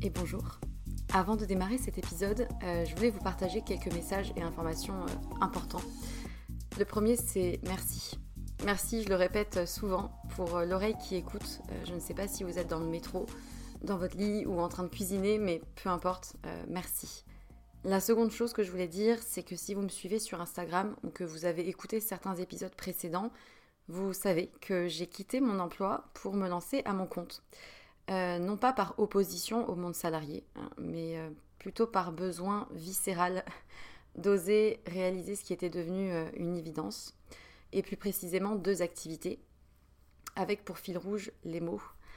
et bonjour. Avant de démarrer cet épisode, je voulais vous partager quelques messages et informations importants. Le premier, c'est merci. Merci, je le répète souvent, pour l'oreille qui écoute. Je ne sais pas si vous êtes dans le métro, dans votre lit ou en train de cuisiner, mais peu importe, merci. La seconde chose que je voulais dire, c'est que si vous me suivez sur Instagram ou que vous avez écouté certains épisodes précédents, vous savez que j'ai quitté mon emploi pour me lancer à mon compte. Non pas par opposition au monde salarié, mais plutôt par besoin viscéral d'oser réaliser ce qui était devenu une évidence, et plus précisément 2 activités, avec pour fil rouge les mots.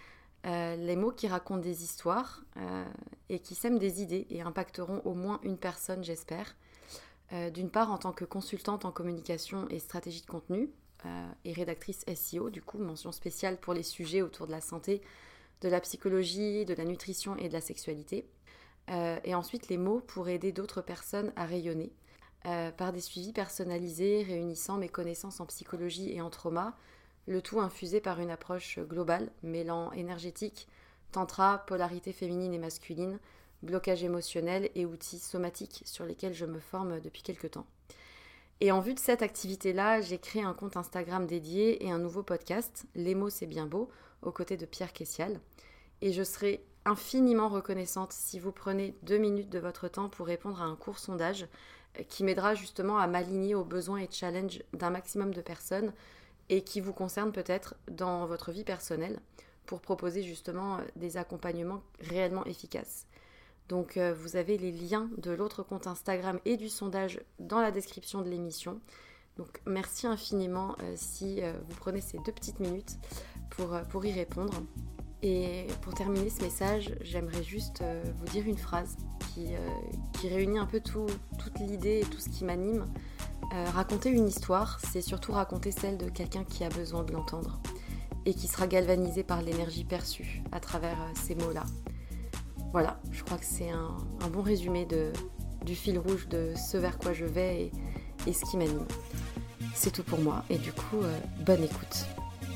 Les mots qui racontent des histoires et qui sèment des idées et impacteront au moins une personne, j'espère. D'une part en tant que consultante en communication et stratégie de contenu et rédactrice SEO, du coup mention spéciale pour les sujets autour de la santé, de la psychologie, de la nutrition et de la sexualité. Et ensuite les mots pour aider d'autres personnes à rayonner par des suivis personnalisés réunissant mes connaissances en psychologie et en trauma, le tout infusé par une approche globale mêlant énergétique, tantra, polarité féminine et masculine, blocage émotionnel et outils somatiques sur lesquels je me forme depuis quelques temps. Et en vue de cette activité-là, j'ai créé un compte Instagram dédié et un nouveau podcast, Les mots c'est bien beau, aux côtés de Pierre Kessial. Et je serai infiniment reconnaissante si vous prenez 2 minutes de votre temps pour répondre à un court sondage qui m'aidera justement à m'aligner aux besoins et challenges d'un maximum de personnes et qui vous concerne peut-être dans votre vie personnelle pour proposer justement des accompagnements réellement efficaces. Donc vous avez les liens de l'autre compte Instagram et du sondage dans la description de l'émission. Donc merci infiniment si vous prenez ces 2 petites minutes pour y répondre. Et pour terminer ce message, j'aimerais juste vous dire une phrase qui réunit un peu toute l'idée et tout ce qui m'anime. Raconter une histoire, c'est surtout raconter celle de quelqu'un qui a besoin de l'entendre et qui sera galvanisé par l'énergie perçue à travers ces mots-là. Voilà, je crois que c'est un bon résumé du fil rouge de ce vers quoi je vais et ce qui m'anime. C'est tout pour moi et du coup, bonne écoute.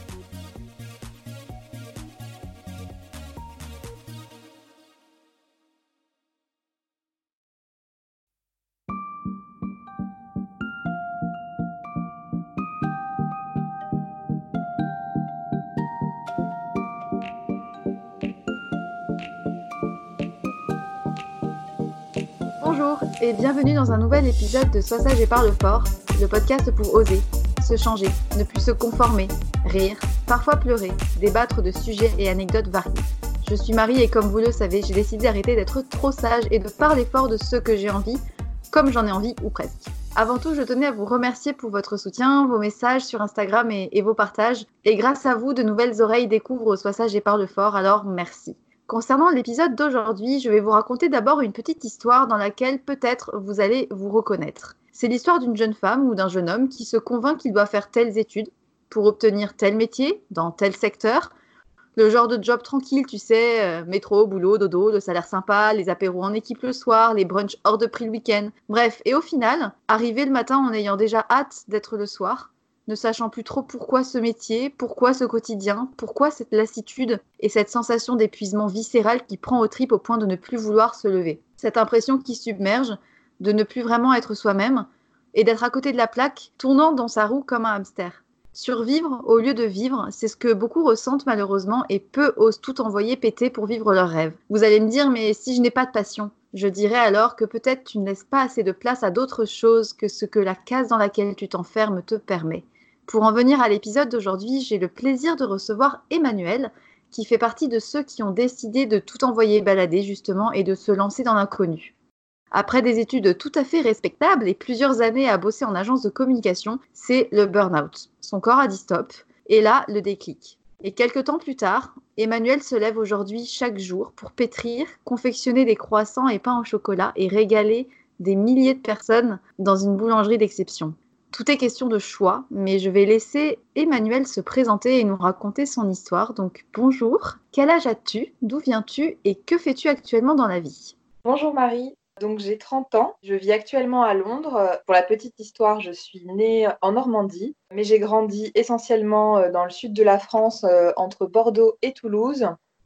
Bonjour et bienvenue dans un nouvel épisode de Sois sage et parle fort, le podcast pour oser, se changer, ne plus se conformer, rire, parfois pleurer, débattre de sujets et anecdotes variés. Je suis Marie et comme vous le savez, j'ai décidé d'arrêter d'être trop sage et de parler fort de ce que j'ai envie, comme j'en ai envie ou presque. Avant tout, je tenais à vous remercier pour votre soutien, vos messages sur Instagram et vos partages. Et grâce à vous, de nouvelles oreilles découvrent Sois sage et parle fort, alors merci. Concernant l'épisode d'aujourd'hui, je vais vous raconter d'abord une petite histoire dans laquelle peut-être vous allez vous reconnaître. C'est l'histoire d'une jeune femme ou d'un jeune homme qui se convainc qu'il doit faire telles études pour obtenir tel métier dans tel secteur. Le genre de job tranquille, tu sais, métro, boulot, dodo, le salaire sympa, les apéros en équipe le soir, les brunchs hors de prix le week-end. Bref, et au final, arriver le matin en ayant déjà hâte d'être le soir, ne sachant plus trop pourquoi ce métier, pourquoi ce quotidien, pourquoi cette lassitude et cette sensation d'épuisement viscéral qui prend aux tripes au point de ne plus vouloir se lever. Cette impression qui submerge, de ne plus vraiment être soi-même et d'être à côté de la plaque, tournant dans sa roue comme un hamster. Survivre au lieu de vivre, c'est ce que beaucoup ressentent malheureusement et peu osent tout envoyer péter pour vivre leurs rêves. Vous allez me dire, mais si je n'ai pas de passion, je dirais alors que peut-être tu ne laisses pas assez de place à d'autres choses que ce que la case dans laquelle tu t'enfermes te permet. Pour en venir à l'épisode d'aujourd'hui, j'ai le plaisir de recevoir Emmanuel, qui fait partie de ceux qui ont décidé de tout envoyer balader justement et de se lancer dans l'inconnu. Après des études tout à fait respectables et plusieurs années à bosser en agence de communication, c'est le burn-out. Son corps a dit stop, et là, le déclic. Et quelques temps plus tard, Emmanuel se lève aujourd'hui chaque jour pour pétrir, confectionner des croissants et pains au chocolat et régaler des milliers de personnes dans une boulangerie d'exception. Tout est question de choix, mais je vais laisser Emmanuel se présenter et nous raconter son histoire. Donc bonjour, quel âge as-tu, d'où viens-tu et que fais-tu actuellement dans la vie ? Bonjour Marie, donc j'ai 30 ans, je vis actuellement à Londres. Pour la petite histoire, je suis née en Normandie, mais j'ai grandi essentiellement dans le sud de la France, entre Bordeaux et Toulouse.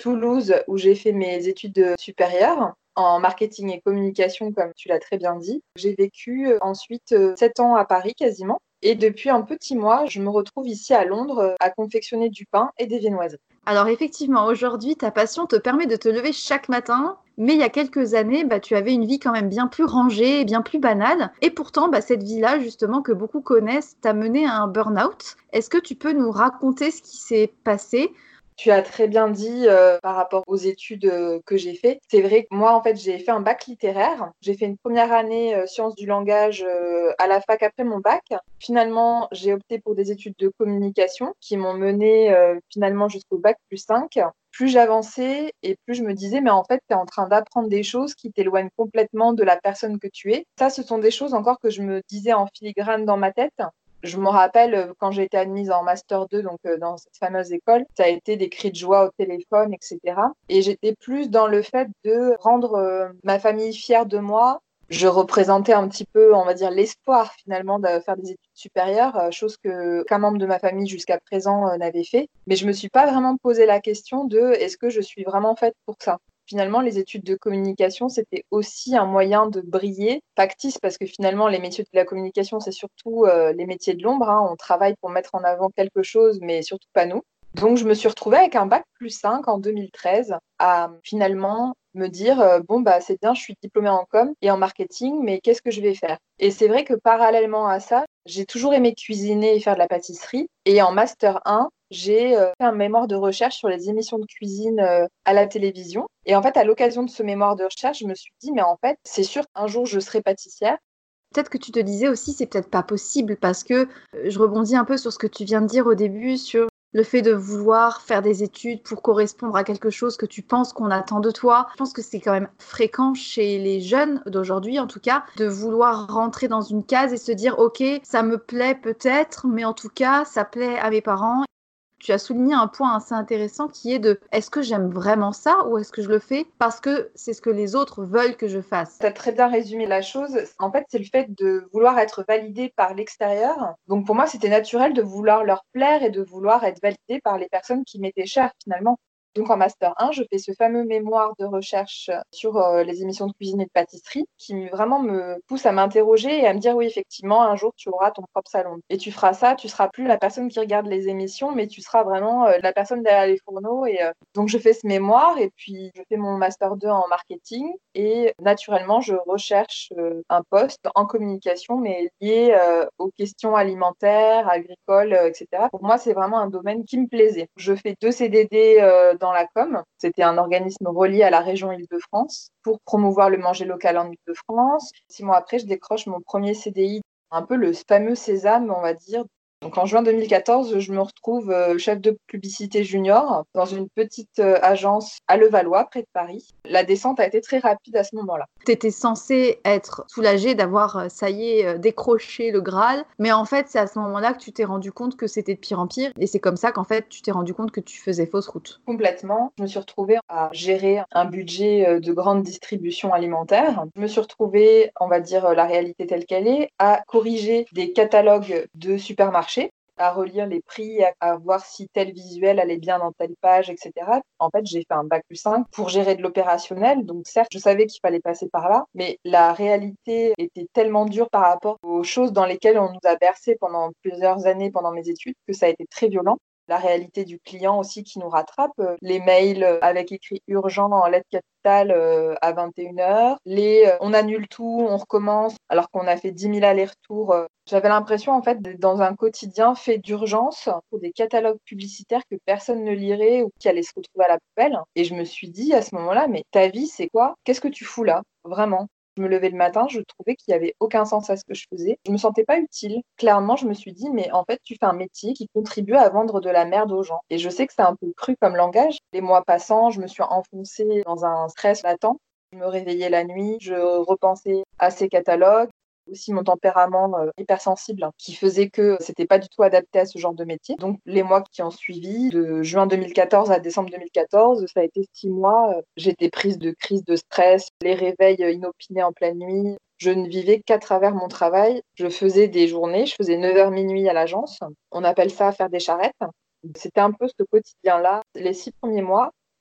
Toulouse où j'ai fait mes études supérieures en marketing et communication, comme tu l'as très bien dit. J'ai vécu ensuite 7 ans à Paris quasiment. Et depuis un petit mois, je me retrouve ici à Londres à confectionner du pain et des viennoiseries. Alors effectivement, aujourd'hui, ta passion te permet de te lever chaque matin, mais il y a quelques années, tu avais une vie quand même bien plus rangée et bien plus banale. Et pourtant, cette vie-là, justement, que beaucoup connaissent, t'a mené à un burn-out. Est-ce que tu peux nous raconter ce qui s'est passé? Tu as très bien dit par rapport aux études que j'ai fait. C'est vrai que moi, en fait, j'ai fait un bac littéraire. J'ai fait une première année sciences du langage à la fac après mon bac. Finalement, j'ai opté pour des études de communication qui m'ont mené finalement jusqu'au bac +5. Plus j'avançais et plus je me disais, mais en fait, tu es en train d'apprendre des choses qui t'éloignent complètement de la personne que tu es. Ça, ce sont des choses encore que je me disais en filigrane dans ma tête. Je me rappelle quand j'ai été admise en Master 2, donc dans cette fameuse école, ça a été des cris de joie au téléphone, etc. Et j'étais plus dans le fait de rendre ma famille fière de moi. Je représentais un petit peu, on va dire, l'espoir finalement de faire des études supérieures, chose que qu'un membre de ma famille jusqu'à présent n'avait fait. Mais je me suis pas vraiment posé la question de est-ce que je suis vraiment faite pour ça? Finalement, les études de communication, c'était aussi un moyen de briller, factice, parce que finalement, les métiers de la communication, c'est surtout les métiers de l'ombre, hein. On travaille pour mettre en avant quelque chose, mais surtout pas nous. Donc, je me suis retrouvée avec un bac +5 en 2013 à finalement me dire c'est bien, je suis diplômée en com et en marketing, mais qu'est-ce que je vais faire? Et c'est vrai que parallèlement à ça, j'ai toujours aimé cuisiner et faire de la pâtisserie. Et en Master 1, j'ai fait un mémoire de recherche sur les émissions de cuisine à la télévision. Et en fait, à l'occasion de ce mémoire de recherche, je me suis dit, mais en fait, c'est sûr qu'un jour, je serai pâtissière. Peut-être que tu te disais aussi, c'est peut-être pas possible parce que je rebondis un peu sur ce que tu viens de dire au début sur le fait de vouloir faire des études pour correspondre à quelque chose que tu penses qu'on attend de toi. Je pense que c'est quand même fréquent chez les jeunes d'aujourd'hui, en tout cas, de vouloir rentrer dans une case et se dire, OK, ça me plaît peut-être, mais en tout cas, ça plaît à mes parents. Tu as souligné un point assez intéressant qui est de est-ce que j'aime vraiment ça ou est-ce que je le fais parce que c'est ce que les autres veulent que je fasse? Tu as très bien résumé la chose. En fait, c'est le fait de vouloir être validé par l'extérieur. Donc pour moi, c'était naturel de vouloir leur plaire et de vouloir être validé par les personnes qui m'étaient chères finalement. Donc en Master 1, je fais ce fameux mémoire de recherche sur les émissions de cuisine et de pâtisserie qui vraiment me pousse à m'interroger et à me dire oui, effectivement, un jour, tu auras ton propre salon. Et tu feras ça, tu seras plus la personne qui regarde les émissions, mais tu seras vraiment la personne derrière les fourneaux. Et donc je fais ce mémoire et puis je fais mon Master 2 en marketing et naturellement, je recherche un poste en communication, mais lié aux questions alimentaires, agricoles, etc. Pour moi, c'est vraiment un domaine qui me plaisait. Je fais 2 CDD dans la com. C'était un organisme relié à la région Île-de-France pour promouvoir le manger local en Île-de-France. 6 mois après, je décroche mon premier CDI, un peu le fameux sésame, on va dire. Donc en juin 2014, je me retrouve chef de publicité junior dans une petite agence à Levallois, près de Paris. La descente a été très rapide à ce moment-là. Tu étais censé être soulagée d'avoir, ça y est, décroché le Graal, mais en fait, c'est à ce moment-là que tu t'es rendu compte que c'était de pire en pire, et c'est comme ça qu'en fait, tu t'es rendu compte que tu faisais fausse route. Complètement. Je me suis retrouvée à gérer un budget de grande distribution alimentaire. Je me suis retrouvée, on va dire la réalité telle qu'elle est, à corriger des catalogues de supermarchés, à relire les prix, à voir si tel visuel allait bien dans telle page, etc. En fait, j'ai fait un bac +5 pour gérer de l'opérationnel. Donc certes, je savais qu'il fallait passer par là, mais la réalité était tellement dure par rapport aux choses dans lesquelles on nous a bercé pendant plusieurs années pendant mes études que ça a été très violent. La réalité du client aussi qui nous rattrape, les mails avec écrit urgent en lettres capitales à 21h, on annule tout, on recommence alors qu'on a fait 10 000 allers-retours. J'avais l'impression en fait d'être dans un quotidien fait d'urgence pour des catalogues publicitaires que personne ne lirait ou qui allaient se retrouver à la poubelle. Et je me suis dit à ce moment-là, mais ta vie c'est quoi? Qu'est-ce que tu fous là? Vraiment? Je me levais le matin, je trouvais qu'il n'y avait aucun sens à ce que je faisais. Je me sentais pas utile. Clairement, je me suis dit, mais en fait, tu fais un métier qui contribue à vendre de la merde aux gens. Et je sais que c'est un peu cru comme langage. Les mois passant, je me suis enfoncée dans un stress latent. Je me réveillais la nuit, je repensais à ces catalogues. Aussi mon tempérament hypersensible qui faisait que c'était pas du tout adapté à ce genre de métier. Donc les mois qui ont suivi, de juin 2014 à décembre 2014, ça a été 6 mois. J'étais prise de crise de stress, les réveils inopinés en pleine nuit. Je ne vivais qu'à travers mon travail. Je faisais des journées, je faisais 9h minuit à l'agence. On appelle ça faire des charrettes. C'était un peu ce quotidien-là les 6 premiers mois.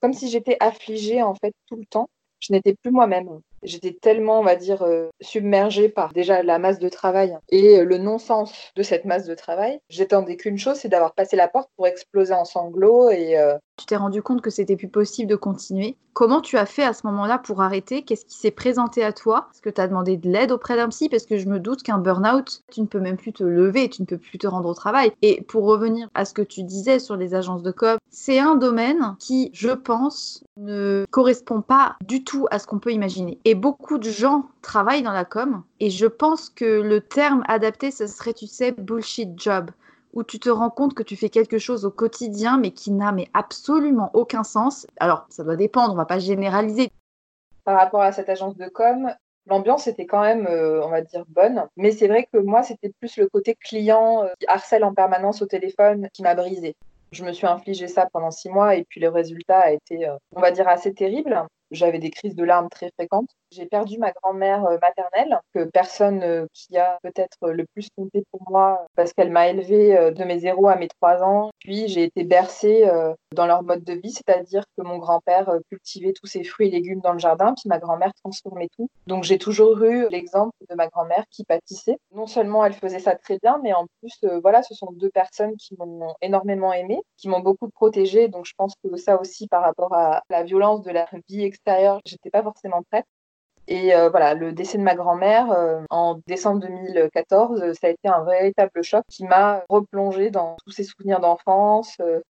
comme si j'étais affligée en fait tout le temps. Je n'étais plus moi-même. J'étais tellement, on va dire, submergée par déjà la masse de travail et le non-sens de cette masse de travail. J'attendais qu'une chose, c'est d'avoir passé la porte pour exploser en sanglots et Tu t'es rendu compte que c'était plus possible de continuer. Comment tu as fait à ce moment-là pour arrêter? Qu'est-ce qui s'est présenté à toi? Est-ce que tu as demandé de l'aide auprès d'un psy? Parce que je me doute qu'un burn-out, tu ne peux même plus te lever, tu ne peux plus te rendre au travail. Et pour revenir à ce que tu disais sur les agences de com, c'est un domaine qui, je pense, ne correspond pas du tout à ce qu'on peut imaginer. Et beaucoup de gens travaillent dans la com, et je pense que le terme adapté, ce serait, tu sais, bullshit job, où tu te rends compte que tu fais quelque chose au quotidien, mais qui n'a mais absolument aucun sens. Alors, ça doit dépendre, on va pas généraliser. par rapport à cette agence de com, l'ambiance était quand même, on va dire, bonne. Mais c'est vrai que moi, c'était plus le côté client qui harcèle en permanence au téléphone qui m'a brisée. Je me suis infligé ça pendant 6 mois et puis le résultat a été, on va dire, assez terrible. J'avais des crises de larmes très fréquentes. J'ai perdu ma grand-mère maternelle, que personne qui a peut-être le plus compté pour moi, parce qu'elle m'a élevée de mes 0 à mes 3 ans. Puis j'ai été bercée dans leur mode de vie, c'est-à-dire que mon grand-père cultivait tous ses fruits et légumes dans le jardin, puis ma grand-mère transformait tout. Donc j'ai toujours eu l'exemple de ma grand-mère qui pâtissait. Non seulement elle faisait ça très bien, mais en plus, voilà, ce sont deux personnes qui m'ont énormément aimée, qui m'ont beaucoup protégée. Donc je pense que ça aussi, par rapport à la violence de la vie extérieure, j'étais pas forcément prête. Et voilà, le décès de ma grand-mère en décembre 2014, ça a été un véritable choc qui m'a replongée dans tous ces souvenirs d'enfance,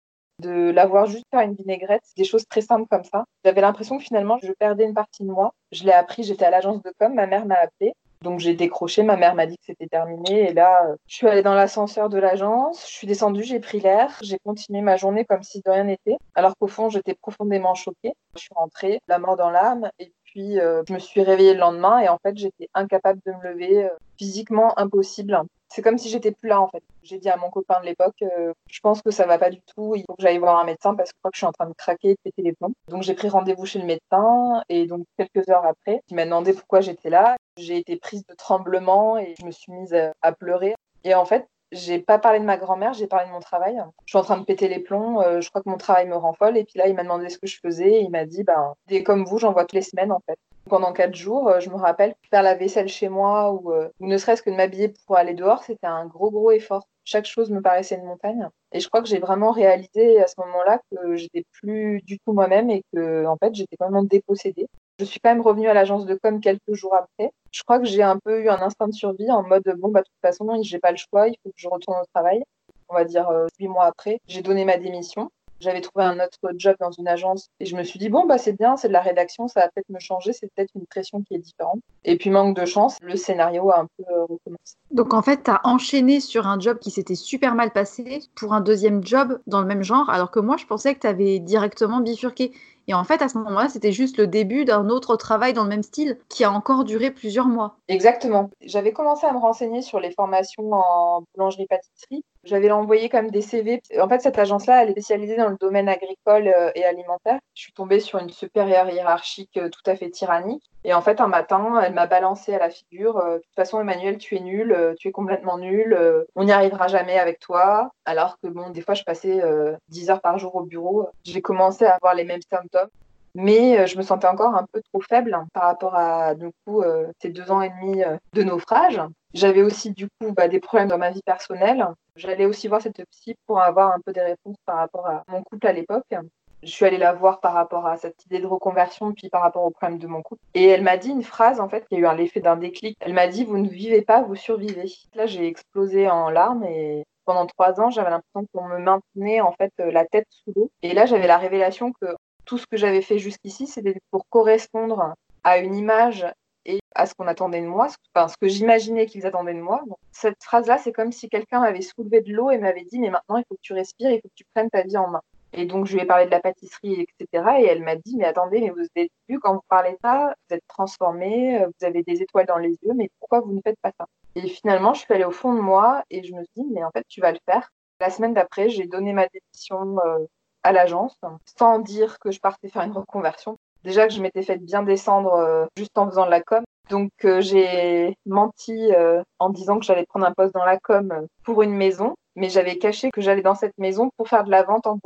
de l'avoir juste faire une vinaigrette, des choses très simples comme ça. J'avais l'impression que finalement, je perdais une partie de moi. Je l'ai appris, j'étais à l'agence de com, ma mère m'a appelée. Donc j'ai décroché, ma mère m'a dit que c'était terminé. Et là, je suis allée dans l'ascenseur de l'agence, je suis descendue, j'ai pris l'air, j'ai continué ma journée comme si de rien n'était. Alors qu'au fond, j'étais profondément choquée. Je suis rentrée, la mort dans l'âme. Et puis, je me suis réveillée le lendemain et en fait, j'étais incapable de me lever, physiquement impossible. C'est comme si j'étais plus là en fait. J'ai dit à mon copain de l'époque, je pense que ça va pas du tout, il faut que j'aille voir un médecin parce que je crois que je suis en train de craquer et de péter les plombs. Donc j'ai pris rendez-vous chez le médecin et donc quelques heures après, il m'a demandé pourquoi j'étais là. J'ai été prise de tremblement et je me suis mise à pleurer. Et en fait, j'ai pas parlé de ma grand-mère, j'ai parlé de mon travail. Je suis en train de péter les plombs, je crois que mon travail me rend folle. Et puis là, il m'a demandé ce que je faisais et il m'a dit, ben, des comme vous, j'en vois toutes les semaines en fait. Pendant 4 jours, je me rappelle faire la vaisselle chez moi ou ne serait-ce que de m'habiller pour aller dehors, c'était un gros, gros effort. Chaque chose me paraissait une montagne. Et je crois que j'ai vraiment réalisé à ce moment-là que j'étais plus du tout moi-même et que, en fait, j'étais vraiment dépossédée. Je suis quand même revenue à l'agence de com quelques jours après. Je crois que j'ai un peu eu un instinct de survie en mode, bon, bah, de toute façon, j'ai pas le choix, il faut que je retourne au travail. On va dire 8 mois après, j'ai donné ma démission. J'avais trouvé un autre job dans une agence et je me suis dit, bon, bah, c'est bien, c'est de la rédaction, ça va peut-être me changer, c'est peut-être une pression qui est différente. Et puis, manque de chance, le scénario a un peu recommencé. Donc en fait, tu as enchaîné sur un job qui s'était super mal passé pour un deuxième job dans le même genre, alors que moi, je pensais que tu avais directement bifurqué. Et en fait, à ce moment-là, c'était juste le début d'un autre travail dans le même style qui a encore duré plusieurs mois. Exactement. J'avais commencé à me renseigner sur les formations en boulangerie-pâtisserie. J'avais envoyé comme des CV. En fait, cette agence-là, elle est spécialisée dans le domaine agricole et alimentaire. Je suis tombée sur une supérieure hiérarchique tout à fait tyrannique. Et en fait, un matin, elle m'a balancé à la figure. De toute façon, Emmanuel, tu es nul, tu es complètement nul. On n'y arrivera jamais avec toi. Alors que bon, des fois, je passais 10 heures par jour au bureau. J'ai commencé à avoir les mêmes symptômes. Mais je me sentais encore un peu trop faible par rapport à du coup, ces 2 ans et demi de naufrage. J'avais aussi du coup des problèmes dans ma vie personnelle. J'allais aussi voir cette psy pour avoir un peu des réponses par rapport à mon couple à l'époque. Je suis allée la voir par rapport à cette idée de reconversion, puis par rapport au problème de mon couple. Et elle m'a dit une phrase, en fait, qui a eu l'effet d'un déclic. Elle m'a dit, vous ne vivez pas, vous survivez. Là, j'ai explosé en larmes et pendant 3 ans, j'avais l'impression qu'on me maintenait en fait la tête sous l'eau. Et là, j'avais la révélation que tout ce que j'avais fait jusqu'ici, c'était pour correspondre à une image et à ce qu'on attendait de moi, enfin, ce que j'imaginais qu'ils attendaient de moi. Donc, cette phrase-là, c'est comme si quelqu'un m'avait soulevé de l'eau et m'avait dit, mais maintenant, il faut que tu respires, il faut que tu prennes ta vie en main. Et donc, je lui ai parlé de la pâtisserie, etc. Et elle m'a dit, mais attendez, mais vous avez vu, quand vous parlez de ça, vous êtes transformée, vous avez des étoiles dans les yeux, mais pourquoi vous ne faites pas ça? Et finalement, je suis allée au fond de moi et je me suis dit, mais en fait, tu vas le faire. La semaine d'après, j'ai donné ma démission à l'agence, sans dire que je partais faire une reconversion. Déjà que je m'étais fait bien descendre juste en faisant de la com. Donc j'ai menti en disant que j'allais prendre un poste dans la com pour une maison, mais j'avais caché que j'allais dans cette maison pour faire de la vente en boulangerie.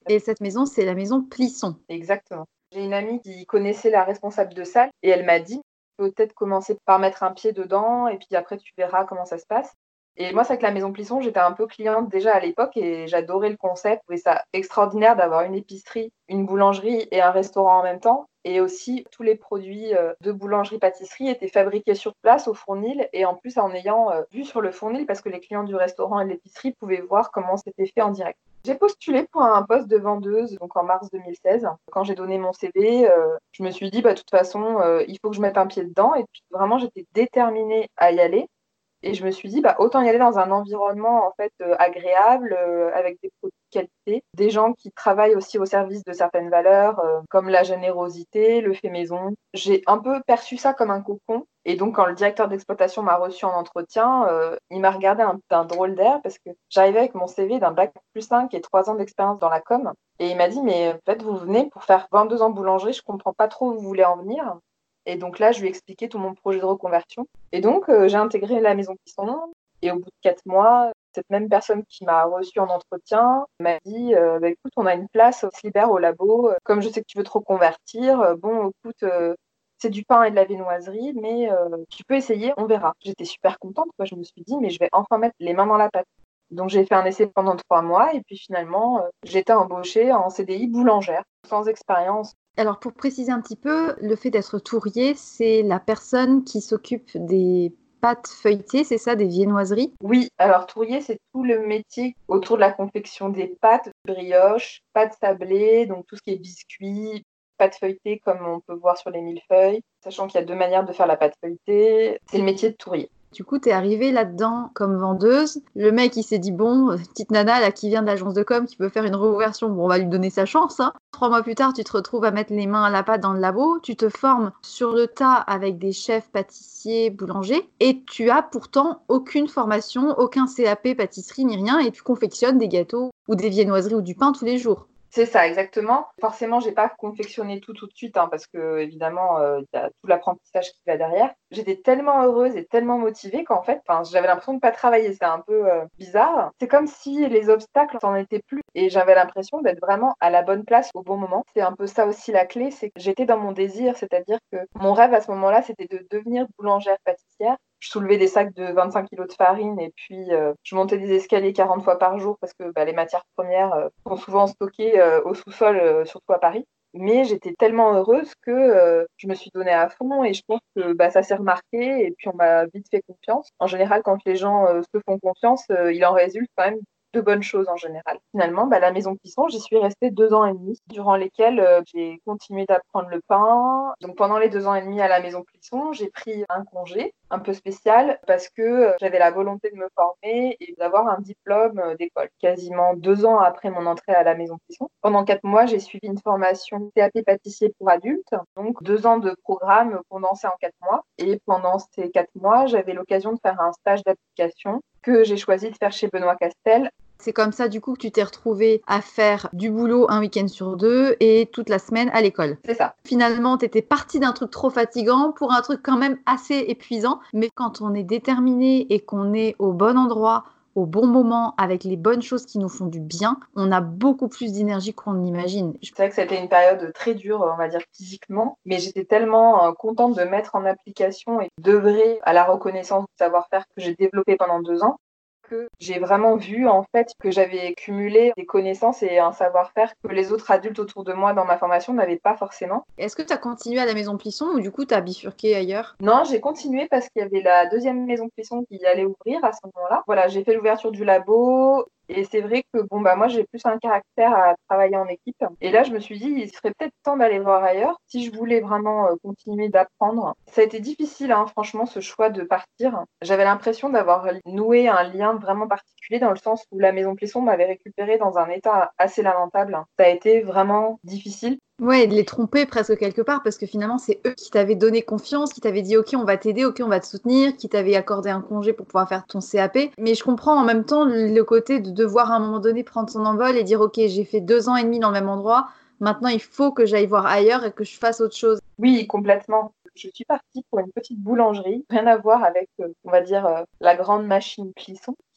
Et cette maison, c'est la maison Plisson. Exactement. J'ai une amie qui connaissait la responsable de salle et elle m'a dit peut-être commencer par mettre un pied dedans et puis après tu verras comment ça se passe. Et moi, c'est que la maison Plisson, j'étais un peu cliente déjà à l'époque et j'adorais le concept. Je trouvais ça extraordinaire d'avoir une épicerie, une boulangerie et un restaurant en même temps. Et aussi, tous les produits de boulangerie-pâtisserie étaient fabriqués sur place au fournil et en plus en ayant vu sur le fournil parce que les clients du restaurant et de l'épicerie pouvaient voir comment c'était fait en direct. J'ai postulé pour un poste de vendeuse donc en mars 2016. Quand j'ai donné mon CV, je me suis dit, de toute façon, il faut que je mette un pied dedans. Et puis vraiment, j'étais déterminée à y aller. Et je me suis dit, autant y aller dans un environnement en fait agréable, avec des produits de qualité, des gens qui travaillent aussi au service de certaines valeurs, comme la générosité, le fait maison. J'ai un peu perçu ça comme un cocon. Et donc, quand le directeur d'exploitation m'a reçu en entretien, il m'a regardé d'un drôle d'air parce que j'arrivais avec mon CV d'un bac+5 et 3 ans d'expérience dans la com. Et il m'a dit, mais en fait, vous venez pour faire 22 ans de boulangerie, je comprends pas trop où vous voulez en venir. Et donc là, je lui ai expliqué tout mon projet de reconversion. Et donc, j'ai intégré la maison Plisson. Et au bout de 4 mois, cette même personne qui m'a reçue en entretien m'a dit écoute, on a une place qui se libère au labo. Comme je sais que tu veux te reconvertir, écoute, c'est du pain et de la viennoiserie, mais tu peux essayer, on verra. J'étais super contente. Je me suis dit, mais je vais enfin mettre les mains dans la pâte. Donc, j'ai fait un essai pendant 3 mois. Et puis finalement, j'étais embauchée en CDI boulangère, sans expérience. Alors, pour préciser un petit peu, le fait d'être tourrier, c'est la personne qui s'occupe des pâtes feuilletées, c'est ça, des viennoiseries? Oui, alors tourrier, c'est tout le métier autour de la confection des pâtes, brioches, pâtes sablées, donc tout ce qui est biscuits, pâtes feuilletées comme on peut voir sur les millefeuilles, sachant qu'il y a 2 manières de faire la pâte feuilletée. C'est le métier de tourrier. Du coup, tu es arrivée là-dedans comme vendeuse. Le mec, il s'est dit, bon, petite nana là, qui vient de l'agence de com, qui peut faire une reconversion, bon, on va lui donner sa chance. 3 mois plus tard, tu te retrouves à mettre les mains à la pâte dans le labo. Tu te formes sur le tas avec des chefs pâtissiers, boulangers. Et tu as pourtant aucune formation, aucun CAP pâtisserie ni rien. Et tu confectionnes des gâteaux ou des viennoiseries ou du pain tous les jours. C'est ça, exactement. Forcément, j'ai pas confectionné tout de suite, parce que évidemment, il y a tout l'apprentissage qui va derrière. J'étais tellement heureuse et tellement motivée qu'en fait, j'avais l'impression de pas travailler. C'est un peu bizarre. C'est comme si les obstacles n'en étaient plus et j'avais l'impression d'être vraiment à la bonne place au bon moment. C'est un peu ça aussi la clé, c'est que j'étais dans mon désir, c'est-à-dire que mon rêve à ce moment-là, c'était de devenir boulangère pâtissière. Je soulevais des sacs de 25 kilos de farine et puis je montais des escaliers 40 fois par jour parce que les matières premières sont souvent stockées au sous-sol, surtout à Paris. Mais j'étais tellement heureuse que je me suis donnée à fond et je pense que ça s'est remarqué et puis on m'a vite fait confiance. En général, quand les gens se font confiance, il en résulte quand même de bonnes choses en général. Finalement, la maison Plisson, j'y suis restée 2 ans et demi, durant lesquels j'ai continué d'apprendre le pain. Donc pendant les 2 ans et demi à la maison Plisson, j'ai pris un congé un peu spécial parce que j'avais la volonté de me former et d'avoir un diplôme d'école. Quasiment 2 ans après mon entrée à la maison Plisson. Pendant 4 mois, j'ai suivi une formation CAP pâtissier pour adultes, donc 2 ans de programme condensé en 4 mois. Et pendant ces 4 mois, j'avais l'occasion de faire un stage d'application que j'ai choisi de faire chez Benoît Castel. C'est comme ça, du coup, que tu t'es retrouvée à faire du boulot un week-end sur 2 et toute la semaine à l'école. C'est ça. Finalement, tu étais partie d'un truc trop fatigant pour un truc quand même assez épuisant. Mais quand on est déterminé et qu'on est au bon endroit, au bon moment, avec les bonnes choses qui nous font du bien, on a beaucoup plus d'énergie qu'on n'imagine. C'est vrai que c'était une période très dure, on va dire physiquement, mais j'étais tellement contente de mettre en application et d'œuvrer à la reconnaissance du savoir-faire que j'ai développé pendant 2 ans. Que j'ai vraiment vu en fait que j'avais cumulé des connaissances et un savoir-faire que les autres adultes autour de moi dans ma formation n'avaient pas forcément. Est-ce que tu as continué à la maison Plisson ou du coup tu as bifurqué ailleurs? Non, j'ai continué parce qu'il y avait la deuxième maison Plisson qui allait ouvrir à ce moment-là. Voilà, j'ai fait l'ouverture du labo. Et c'est vrai que moi j'ai plus un caractère à travailler en équipe. Et là je me suis dit il serait peut-être temps d'aller voir ailleurs si je voulais vraiment continuer d'apprendre. Ça a été difficile franchement ce choix de partir. J'avais l'impression d'avoir noué un lien vraiment particulier dans le sens où la maison Plisson m'avait récupérée dans un état assez lamentable. Ça a été vraiment difficile. Ouais, de les tromper presque quelque part parce que finalement c'est eux qui t'avaient donné confiance, qui t'avaient dit ok on va t'aider, ok on va te soutenir, qui t'avaient accordé un congé pour pouvoir faire ton CAP. Mais je comprends en même temps le côté de devoir à un moment donné prendre son envol et dire ok j'ai fait 2 ans et demi dans le même endroit, maintenant il faut que j'aille voir ailleurs et que je fasse autre chose. Oui, complètement. Je suis partie pour une petite boulangerie, rien à voir avec, on va dire, la grande machine Plisson.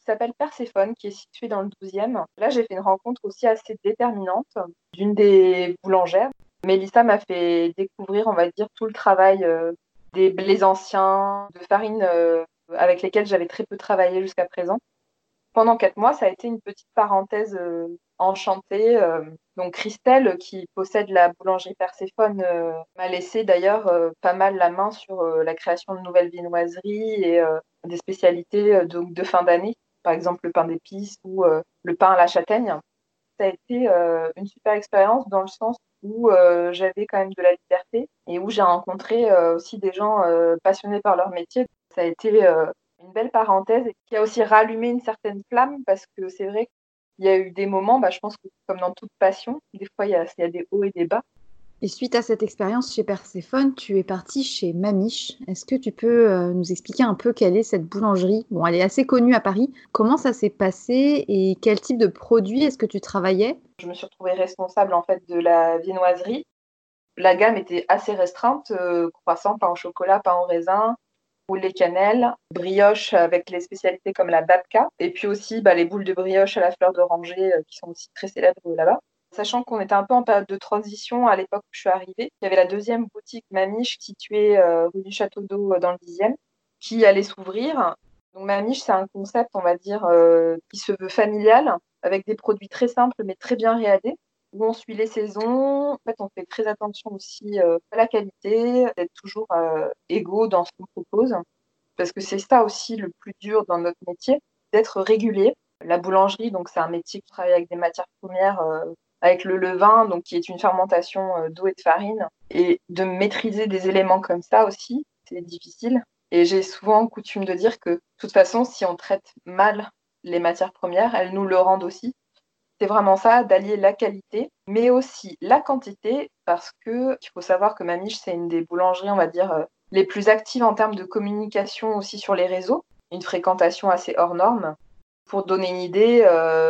s'appelle Perséphone, qui est situé dans le 12e. Là, j'ai fait une rencontre aussi assez déterminante d'une des boulangères. Mélissa m'a fait découvrir, on va dire, tout le travail des blés anciens, de farine avec lesquels j'avais très peu travaillé jusqu'à présent. Pendant 4 mois, ça a été une petite parenthèse enchantée. Donc Christelle, qui possède la boulangerie Perséphone, m'a laissé d'ailleurs pas mal la main sur la création de nouvelles viennoiseries et des spécialités de fin d'année, par exemple le pain d'épices ou le pain à la châtaigne. Ça a été une super expérience dans le sens où j'avais quand même de la liberté et où j'ai rencontré aussi des gens passionnés par leur métier. Ça a été une belle parenthèse et qui a aussi rallumé une certaine flamme parce que c'est vrai qu'il y a eu des moments, je pense que comme dans toute passion, des fois il y a des hauts et des bas. Et suite à cette expérience chez Perséphone, tu es partie chez Mamiche. Est-ce que tu peux nous expliquer un peu quelle est cette boulangerie? Bon, elle est assez connue à Paris. Comment ça s'est passé et quel type de produit est-ce que tu travaillais? Je me suis retrouvée responsable en fait de la viennoiserie. La gamme était assez restreinte, croissant, pain au chocolat, pain au raisin, poulet cannelle, brioche avec les spécialités comme la babka, et puis aussi les boules de brioche à la fleur d'oranger qui sont aussi très célèbres là-bas. Sachant qu'on était un peu en période de transition à l'époque où je suis arrivée, il y avait la deuxième boutique Mamiche située rue du Château d'Eau dans le 10e qui allait s'ouvrir. Donc Mamiche, c'est un concept, on va dire, qui se veut familial, avec des produits très simples mais très bien réalisés, où on suit les saisons. En fait, on fait très attention aussi à la qualité, d'être toujours égaux dans ce qu'on propose, parce que c'est ça aussi le plus dur dans notre métier, d'être régulier. La boulangerie, donc c'est un métier qui travaille avec des matières premières, avec le levain, donc qui est une fermentation d'eau et de farine, et de maîtriser des éléments comme ça aussi, c'est difficile. Et j'ai souvent coutume de dire que, de toute façon, si on traite mal les matières premières, elles nous le rendent aussi. C'est vraiment ça, d'allier la qualité, mais aussi la quantité, parce que il faut savoir que Mamiche, c'est une des boulangeries, on va dire, les plus actives en termes de communication aussi sur les réseaux, une fréquentation assez hors norme. Pour te donner une idée,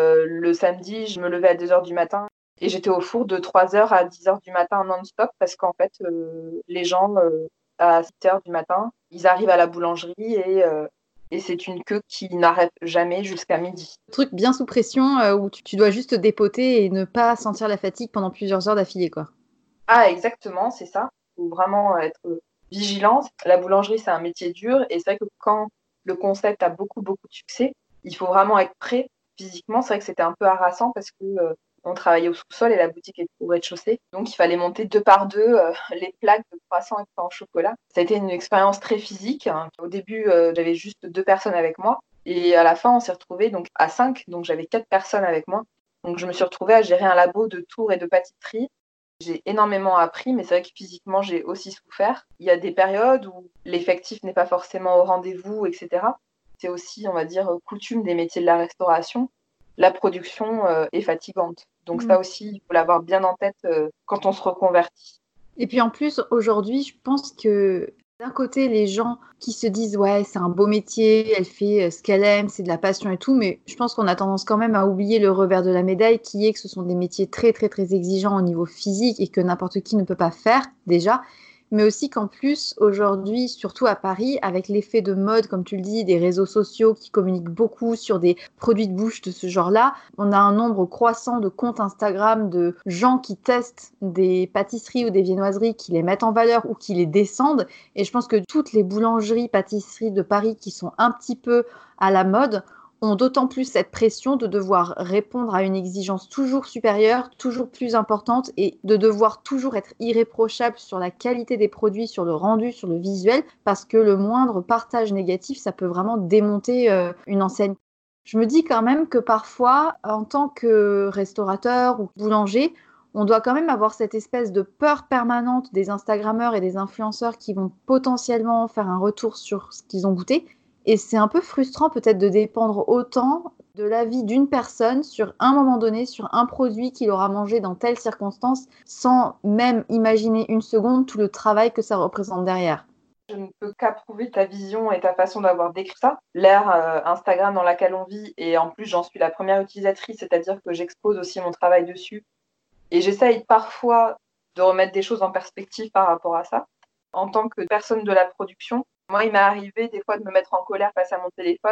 le samedi, je me levais à 2h du matin et j'étais au four de 3h à 10h du matin non-stop parce qu'en fait, les gens, à 7h du matin, ils arrivent à la boulangerie et c'est une queue qui n'arrête jamais jusqu'à midi. Truc bien sous pression où tu dois juste te dépoter et ne pas sentir la fatigue pendant plusieurs heures d'affilée, quoi. Ah, exactement, c'est ça. Il faut vraiment être vigilante. La boulangerie, c'est un métier dur et c'est vrai que quand le concept a beaucoup, beaucoup de succès, il faut vraiment être prêt physiquement. C'est vrai que c'était un peu harassant parce que on travaillait au sous-sol et la boutique était au rez-de-chaussée. Donc, il fallait monter 2 par 2 les plaques de croissants et de pain au chocolat. Ça a été une expérience très physique. Au début, j'avais juste 2 personnes avec moi. Et à la fin, on s'est retrouvés donc, à 5. Donc, j'avais 4 personnes avec moi. Donc, je me suis retrouvée à gérer un labo de tours et de pâtisserie. J'ai énormément appris, mais c'est vrai que physiquement, j'ai aussi souffert. Il y a des périodes où l'effectif n'est pas forcément au rendez-vous, etc. C'est aussi, on va dire, coutume des métiers de la restauration. La production est fatigante. Donc ça aussi, il faut l'avoir bien en tête quand on se reconvertit. Et puis en plus, aujourd'hui, je pense que d'un côté, les gens qui se disent ouais, c'est un beau métier, elle fait ce qu'elle aime, c'est de la passion et tout, mais je pense qu'on a tendance quand même à oublier le revers de la médaille qui est que ce sont des métiers très très très exigeants au niveau physique et que n'importe qui ne peut pas faire déjà, mais aussi qu'en plus, aujourd'hui, surtout à Paris, avec l'effet de mode, comme tu le dis, des réseaux sociaux qui communiquent beaucoup sur des produits de bouche de ce genre-là, on a un nombre croissant de comptes Instagram de gens qui testent des pâtisseries ou des viennoiseries, qui les mettent en valeur ou qui les descendent. Et je pense que toutes les boulangeries, pâtisseries de Paris qui sont un petit peu à la mode ont d'autant plus cette pression de devoir répondre à une exigence toujours supérieure, toujours plus importante et de devoir toujours être irréprochable sur la qualité des produits, sur le rendu, sur le visuel, parce que le moindre partage négatif, ça peut vraiment démonter une enseigne. Je me dis quand même que parfois, en tant que restaurateur ou boulanger, on doit quand même avoir cette espèce de peur permanente des Instagrammeurs et des influenceurs qui vont potentiellement faire un retour sur ce qu'ils ont goûté. Et c'est un peu frustrant peut-être de dépendre autant de l'avis d'une personne sur un moment donné, sur un produit qu'il aura mangé dans telle circonstance, sans même imaginer une seconde tout le travail que ça représente derrière. Je ne peux qu'approuver ta vision et ta façon d'avoir décrit ça. L'ère Instagram dans laquelle on vit, et en plus j'en suis la première utilisatrice, c'est-à-dire que j'expose aussi mon travail dessus. Et j'essaye parfois de remettre des choses en perspective par rapport à ça. En tant que personne de la production, moi, il m'est arrivé des fois de me mettre en colère face à mon téléphone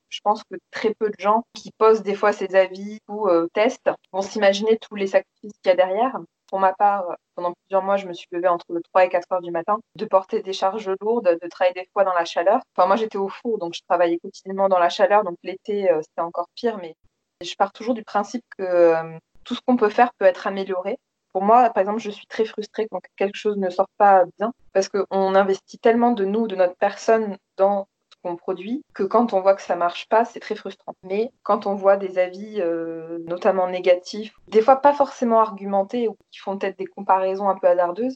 Je pense que très peu de gens qui postent des fois ces avis ou testent vont s'imaginer tous les sacrifices qu'il y a derrière. Pour ma part, pendant plusieurs mois, je me suis levée entre 3 et 4 heures du matin, de porter des charges lourdes, de travailler des fois dans la chaleur. Enfin, moi, j'étais au four, donc je travaillais quotidiennement dans la chaleur. Donc l'été, c'était encore pire. Mais je pars toujours du principe que tout ce qu'on peut faire peut être amélioré. Pour moi, par exemple, je suis très frustrée quand quelque chose ne sort pas bien, parce qu'on investit tellement de nous, de notre personne dans ce qu'on produit, que quand on voit que ça marche pas, c'est très frustrant. Mais quand on voit des avis, notamment négatifs, des fois pas forcément argumentés, ou qui font peut-être des comparaisons un peu hasardeuses,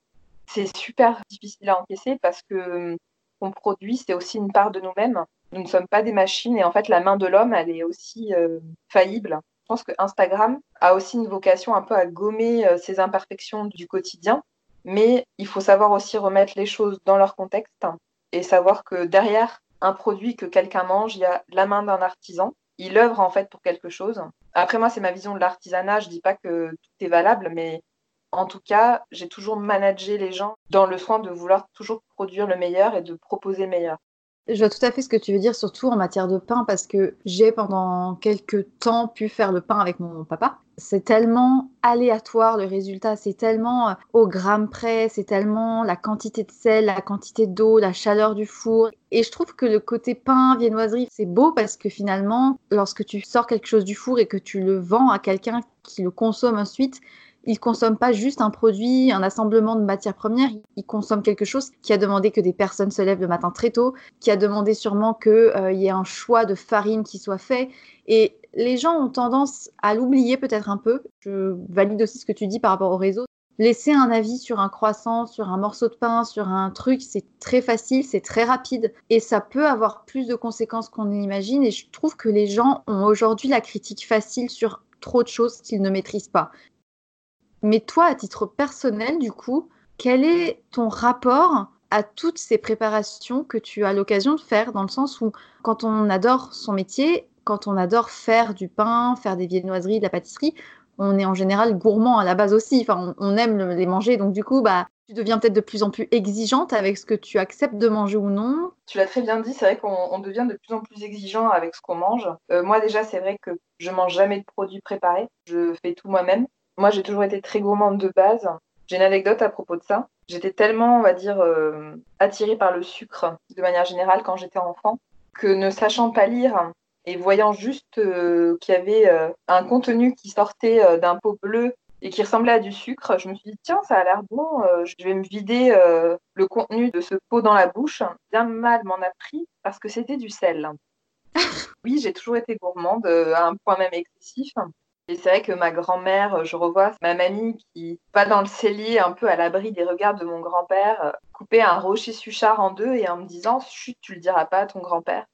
c'est super difficile à encaisser parce que qu'on produit, c'est aussi une part de nous-mêmes. Nous ne sommes pas des machines et en fait, la main de l'homme, elle est aussi faillible. Je pense que Instagram a aussi une vocation un peu à gommer ces imperfections du quotidien, mais il faut savoir aussi remettre les choses dans leur contexte et savoir que derrière un produit que quelqu'un mange, il y a la main d'un artisan. Il œuvre en fait pour quelque chose. Après, moi, c'est ma vision de l'artisanat. Je dis pas que tout est valable, mais en tout cas, j'ai toujours managé les gens dans le soin de vouloir toujours produire le meilleur et de proposer le meilleur. Je vois tout à fait ce que tu veux dire, surtout en matière de pain, parce que j'ai pendant quelques temps pu faire le pain avec mon papa. C'est tellement aléatoire le résultat, c'est tellement au gramme près, c'est tellement la quantité de sel, la quantité d'eau, la chaleur du four. Et je trouve que le côté pain, viennoiserie, c'est beau parce que finalement, lorsque tu sors quelque chose du four et que tu le vends à quelqu'un qui le consomme ensuite, il ne consomme pas juste un produit, un assemblement de matières premières, il consomme quelque chose qui a demandé que des personnes se lèvent le matin très tôt, qui a demandé sûrement qu'il y ait un choix de farine qui soit fait. Et les gens ont tendance à l'oublier peut-être un peu. Je valide aussi ce que tu dis par rapport au réseau. Laisser un avis sur un croissant, sur un morceau de pain, sur un truc, c'est très facile, c'est très rapide et ça peut avoir plus de conséquences qu'on imagine. Et je trouve que les gens ont aujourd'hui la critique facile sur trop de choses qu'ils ne maîtrisent pas. Mais toi, à titre personnel, du coup, quel est ton rapport à toutes ces préparations que tu as l'occasion de faire, dans le sens où quand on adore son métier, quand on adore faire du pain, faire des viennoiseries, de la pâtisserie, on est en général gourmand à la base aussi. Enfin, on aime les manger, donc du coup, tu deviens peut-être de plus en plus exigeante avec ce que tu acceptes de manger ou non. Tu l'as très bien dit, c'est vrai qu'on devient de plus en plus exigeant avec ce qu'on mange. Moi déjà, c'est vrai que je mange jamais de produits préparés, je fais tout moi-même. Moi, j'ai toujours été très gourmande de base. J'ai une anecdote à propos de ça. J'étais tellement, on va dire, attirée par le sucre de manière générale quand j'étais enfant, que ne sachant pas lire et voyant juste qu'il y avait un contenu qui sortait d'un pot bleu et qui ressemblait à du sucre, je me suis dit, tiens, ça a l'air bon, je vais me vider le contenu de ce pot dans la bouche. Bien mal m'en a pris parce que c'était du sel. Oui, j'ai toujours été gourmande, à un point même excessif. Et c'est vrai que ma grand-mère, je revois ma mamie qui va dans le cellier un peu à l'abri des regards de mon grand-père, couper un rocher suchard en deux et en me disant, chut, tu le diras pas à ton grand-père.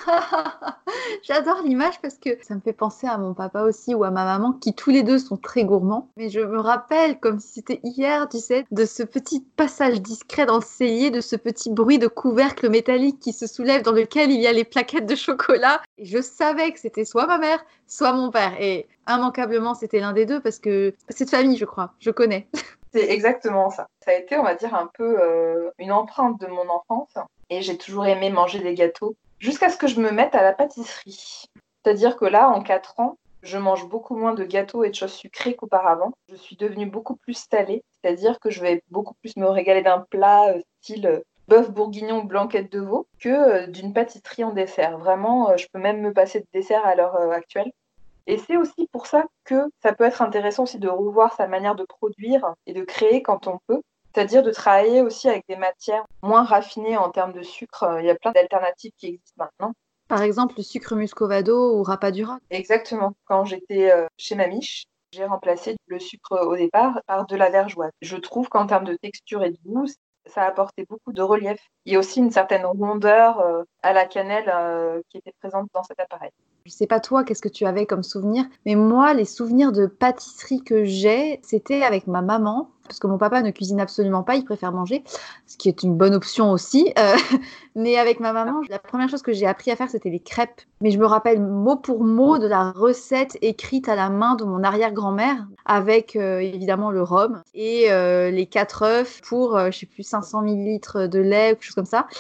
J'adore l'image parce que ça me fait penser à mon papa aussi ou à ma maman qui tous les deux sont très gourmands. Mais je me rappelle comme si c'était hier, tu sais, de ce petit passage discret dans le cellier, de ce petit bruit de couvercle métallique qui se soulève dans lequel il y a les plaquettes de chocolat. Et je savais que c'était soit ma mère, soit mon père. Et immanquablement, c'était l'un des deux parce que c'est de famille, je crois. Je connais. C'est exactement ça. Ça a été, on va dire, un peu une empreinte de mon enfance. Et j'ai toujours aimé manger des gâteaux jusqu'à ce que je me mette à la pâtisserie. C'est-à-dire que là, en 4 ans, je mange beaucoup moins de gâteaux et de choses sucrées qu'auparavant. Je suis devenue beaucoup plus salée, c'est-à-dire que je vais beaucoup plus me régaler d'un plat style bœuf bourguignon ou blanquette de veau que d'une pâtisserie en dessert. Vraiment, je peux même me passer de dessert à l'heure actuelle. Et c'est aussi pour ça que ça peut être intéressant aussi de revoir sa manière de produire et de créer quand on peut. C'est-à-dire de travailler aussi avec des matières moins raffinées en termes de sucre. Il y a plein d'alternatives qui existent maintenant. Par exemple, le sucre muscovado ou rapadura. Exactement. Quand j'étais chez Mamiche, j'ai remplacé le sucre au départ par de la vergeoise. Je trouve qu'en termes de texture et de goût, ça a apporté beaucoup de relief. Il y a aussi une certaine rondeur à la cannelle qui était présente dans cet appareil. Je sais pas toi, qu'est-ce que tu avais comme souvenir, mais moi, les souvenirs de pâtisserie que j'ai, c'était avec ma maman, parce que mon papa ne cuisine absolument pas, il préfère manger, ce qui est une bonne option aussi. Mais avec ma maman, la première chose que j'ai appris à faire, c'était les crêpes. Mais je me rappelle mot pour mot de la recette écrite à la main de mon arrière-grand-mère, avec évidemment le rhum et les 4 œufs pour, je sais plus, 500 millilitres de lait ou quelque chose comme ça.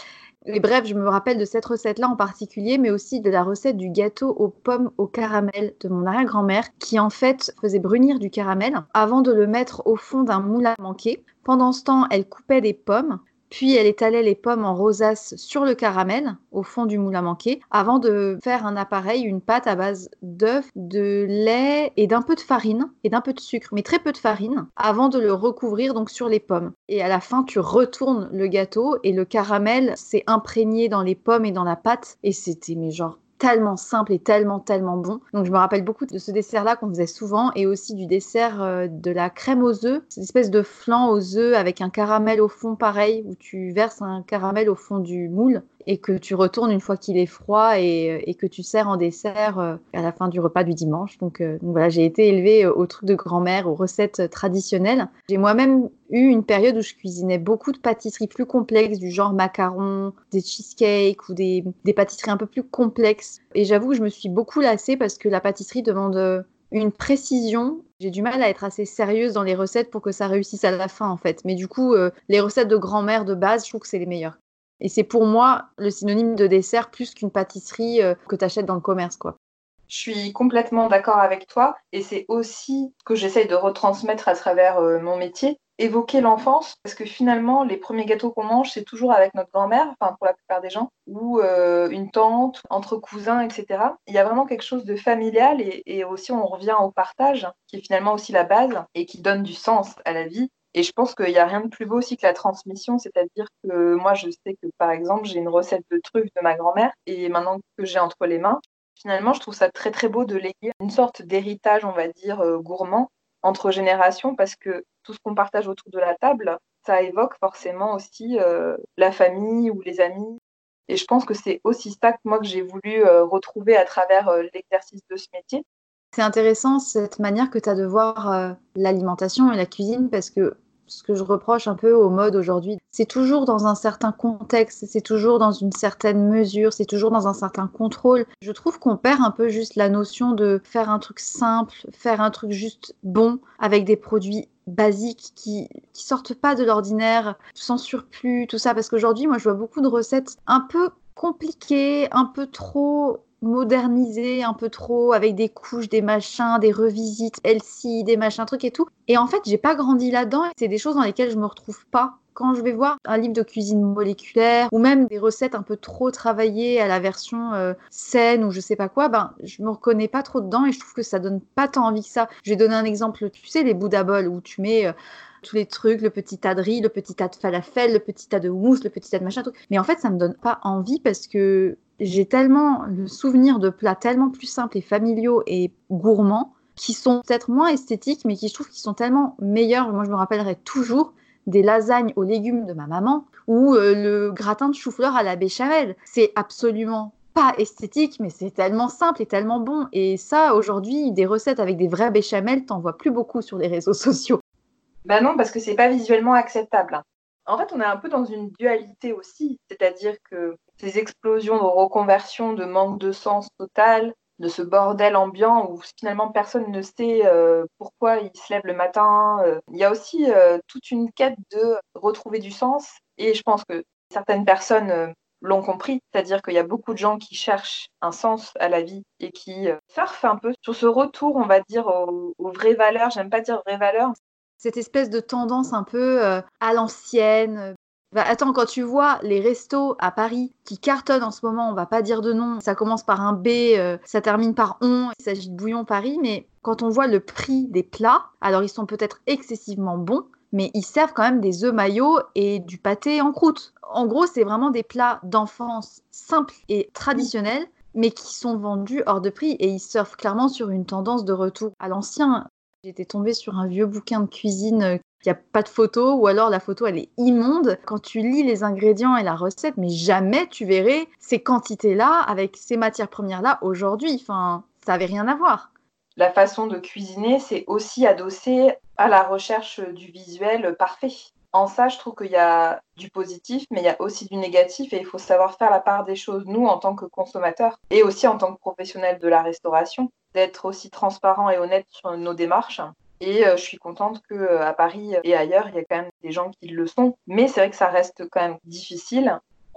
Et bref, je me rappelle de cette recette-là en particulier, mais aussi de la recette du gâteau aux pommes au caramel de mon arrière-grand-mère, qui en fait faisait brunir du caramel avant de le mettre au fond d'un moule à manquer. Pendant ce temps, elle coupait des pommes, puis elle étalait les pommes en rosace sur le caramel, au fond du moule à manquer, avant de faire un appareil, une pâte à base d'œufs, de lait et d'un peu de farine et d'un peu de sucre, mais très peu de farine, avant de le recouvrir donc sur les pommes. Et à la fin, tu retournes le gâteau et le caramel s'est imprégné dans les pommes et dans la pâte. Et c'était mais genre tellement simple et tellement bon. Donc je me rappelle beaucoup de ce dessert-là qu'on faisait souvent et aussi du dessert de la crème aux œufs. C'est une espèce de flan aux œufs avec un caramel au fond pareil où tu verses un caramel au fond du moule et que tu retournes une fois qu'il est froid et que tu sers en dessert à la fin du repas du dimanche. Donc voilà, j'ai été élevée aux trucs de grand-mère, aux recettes traditionnelles. J'ai moi-même eu une période où je cuisinais beaucoup de pâtisseries plus complexes, du genre macarons, des cheesecakes ou des pâtisseries un peu plus complexes. Et j'avoue que je me suis beaucoup lassée parce que la pâtisserie demande une précision. J'ai du mal à être assez sérieuse dans les recettes pour que ça réussisse à la fin en fait. Mais du coup, les recettes de grand-mère de base, je trouve que c'est les meilleures. Et c'est pour moi le synonyme de dessert plus qu'une pâtisserie que tu achètes dans le commerce, quoi. Je suis complètement d'accord avec toi et c'est aussi ce que j'essaye de retransmettre à travers mon métier, évoquer l'enfance, parce que finalement, les premiers gâteaux qu'on mange, c'est toujours avec notre grand-mère, enfin pour la plupart des gens, ou une tante, entre cousins, etc. Il y a vraiment quelque chose de familial et aussi on revient au partage, qui est finalement aussi la base et qui donne du sens à la vie. Et je pense qu'il n'y a rien de plus beau aussi que la transmission, c'est-à-dire que moi, je sais que, par exemple, j'ai une recette de truffes de ma grand-mère et maintenant que j'ai entre les mains, finalement, je trouve ça très, très beau de léguer une sorte d'héritage, on va dire, gourmand entre générations parce que tout ce qu'on partage autour de la table, ça évoque forcément aussi la famille ou les amis. Et je pense que c'est aussi ça que moi que j'ai voulu retrouver à travers l'exercice de ce métier. C'est intéressant cette manière que tu as de voir l'alimentation et la cuisine parce que ce que je reproche un peu aux modes aujourd'hui, c'est toujours dans un certain contexte, c'est toujours dans une certaine mesure, c'est toujours dans un certain contrôle. Je trouve qu'on perd un peu juste la notion de faire un truc simple, faire un truc juste bon avec des produits basiques qui sortent pas de l'ordinaire, sans surplus, tout ça. Parce qu'aujourd'hui, moi, je vois beaucoup de recettes un peu compliquées, un peu trop modernisé un peu trop avec des couches, des machins, des revisites, Elsie, des machins, trucs et tout. Et en fait, j'ai pas grandi là-dedans. C'est des choses dans lesquelles je me retrouve pas. Quand je vais voir un livre de cuisine moléculaire ou même des recettes un peu trop travaillées à la version saine ou je sais pas quoi, ben je me reconnais pas trop dedans et je trouve que ça donne pas tant envie que ça. Je vais donner un exemple, tu sais, les Bouddha Bowl où tu mets tous les trucs, le petit tas de riz, le petit tas de falafel, le petit tas de houmous, le petit tas de machin, tout. Mais en fait, ça me donne pas envie parce que j'ai tellement le souvenir de plats tellement plus simples et familiaux et gourmands qui sont peut-être moins esthétiques, mais qui je trouve qui sont tellement meilleurs. Moi, je me rappellerai toujours des lasagnes aux légumes de ma maman ou le gratin de chou-fleur à la béchamel. C'est absolument pas esthétique, mais c'est tellement simple et tellement bon. Et ça, aujourd'hui, des recettes avec des vrais béchamels, t'en vois plus beaucoup sur les réseaux sociaux. Ben non, parce que c'est pas visuellement acceptable. En fait, on est un peu dans une dualité aussi, c'est-à-dire que ces explosions de reconversion, de manque de sens total, de ce bordel ambiant où finalement personne ne sait pourquoi il se lève le matin. Il y a aussi toute une quête de retrouver du sens et je pense que certaines personnes l'ont compris, c'est-à-dire qu'il y a beaucoup de gens qui cherchent un sens à la vie et qui surfent un peu sur ce retour, on va dire, aux vraies valeurs. J'aime pas dire vraies valeurs. Cette espèce de tendance un peu à l'ancienne. Bah, attends, quand tu vois les restos à Paris qui cartonnent en ce moment, on va pas dire de nom, ça commence par un B, ça termine par on, il s'agit de Bouillon Paris, mais quand on voit le prix des plats, alors ils sont peut-être excessivement bons, mais ils servent quand même des œufs maillots et du pâté en croûte. En gros, c'est vraiment des plats d'enfance simples et traditionnels, mais qui sont vendus hors de prix et ils surfent clairement sur une tendance de retour à l'ancien. J'étais tombée sur un vieux bouquin de cuisine qui a pas de photo ou alors la photo elle est immonde. Quand tu lis les ingrédients et la recette, mais jamais tu verrais ces quantités-là avec ces matières premières-là aujourd'hui. Enfin, ça avait rien à voir. La façon de cuisiner, c'est aussi adossé à la recherche du visuel parfait. En ça, je trouve qu'il y a du positif, mais il y a aussi du négatif et il faut savoir faire la part des choses, nous, en tant que consommateurs et aussi en tant que professionnels de la restauration, d'être aussi transparent et honnête sur nos démarches. Et je suis contente qu'à Paris et ailleurs, il y a quand même des gens qui le sont. Mais c'est vrai que ça reste quand même difficile.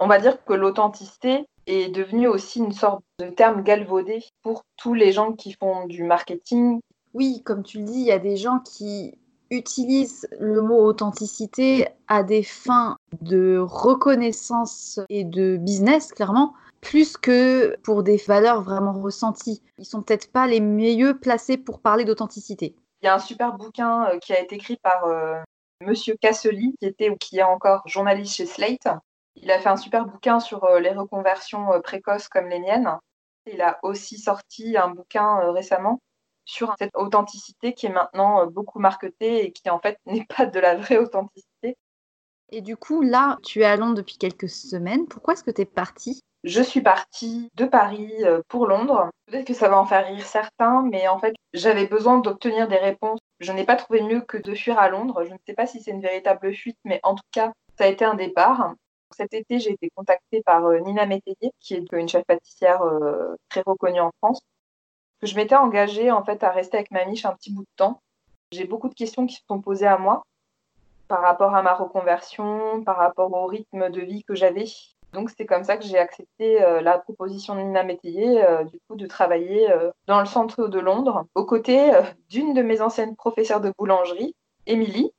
On va dire que l'authenticité est devenue aussi une sorte de terme galvaudé pour tous les gens qui font du marketing. Oui, comme tu le dis, il y a des gens qui utilisent le mot authenticité à des fins de reconnaissance et de business, clairement, plus que pour des valeurs vraiment ressenties. Ils sont peut-être pas les mieux placés pour parler d'authenticité. Il y a un super bouquin qui a été écrit par Monsieur Cassely, qui était ou qui est encore journaliste chez Slate. Il a fait un super bouquin sur les reconversions précoces comme les miennes. Il a aussi sorti un bouquin récemment sur cette authenticité qui est maintenant beaucoup marketée et qui en fait n'est pas de la vraie authenticité. Et du coup, là, tu es à Londres depuis quelques semaines. Pourquoi est-ce que tu es partie ? Je suis partie de Paris pour Londres. Peut-être que ça va en faire rire certains, mais en fait, j'avais besoin d'obtenir des réponses. Je n'ai pas trouvé mieux que de fuir à Londres. Je ne sais pas si c'est une véritable fuite, mais en tout cas, ça a été un départ. Cet été, j'ai été contactée par Nina Métayer, qui est une chef pâtissière très reconnue en France. Je m'étais engagée en fait à rester avec ma miche un petit bout de temps. J'ai beaucoup de questions qui se sont posées à moi par rapport à ma reconversion, par rapport au rythme de vie que j'avais. Donc, c'est comme ça que j'ai accepté la proposition de Nina Métayer, du coup, de travailler dans le centre de Londres, aux côtés d'une de mes anciennes professeures de boulangerie, Émilie.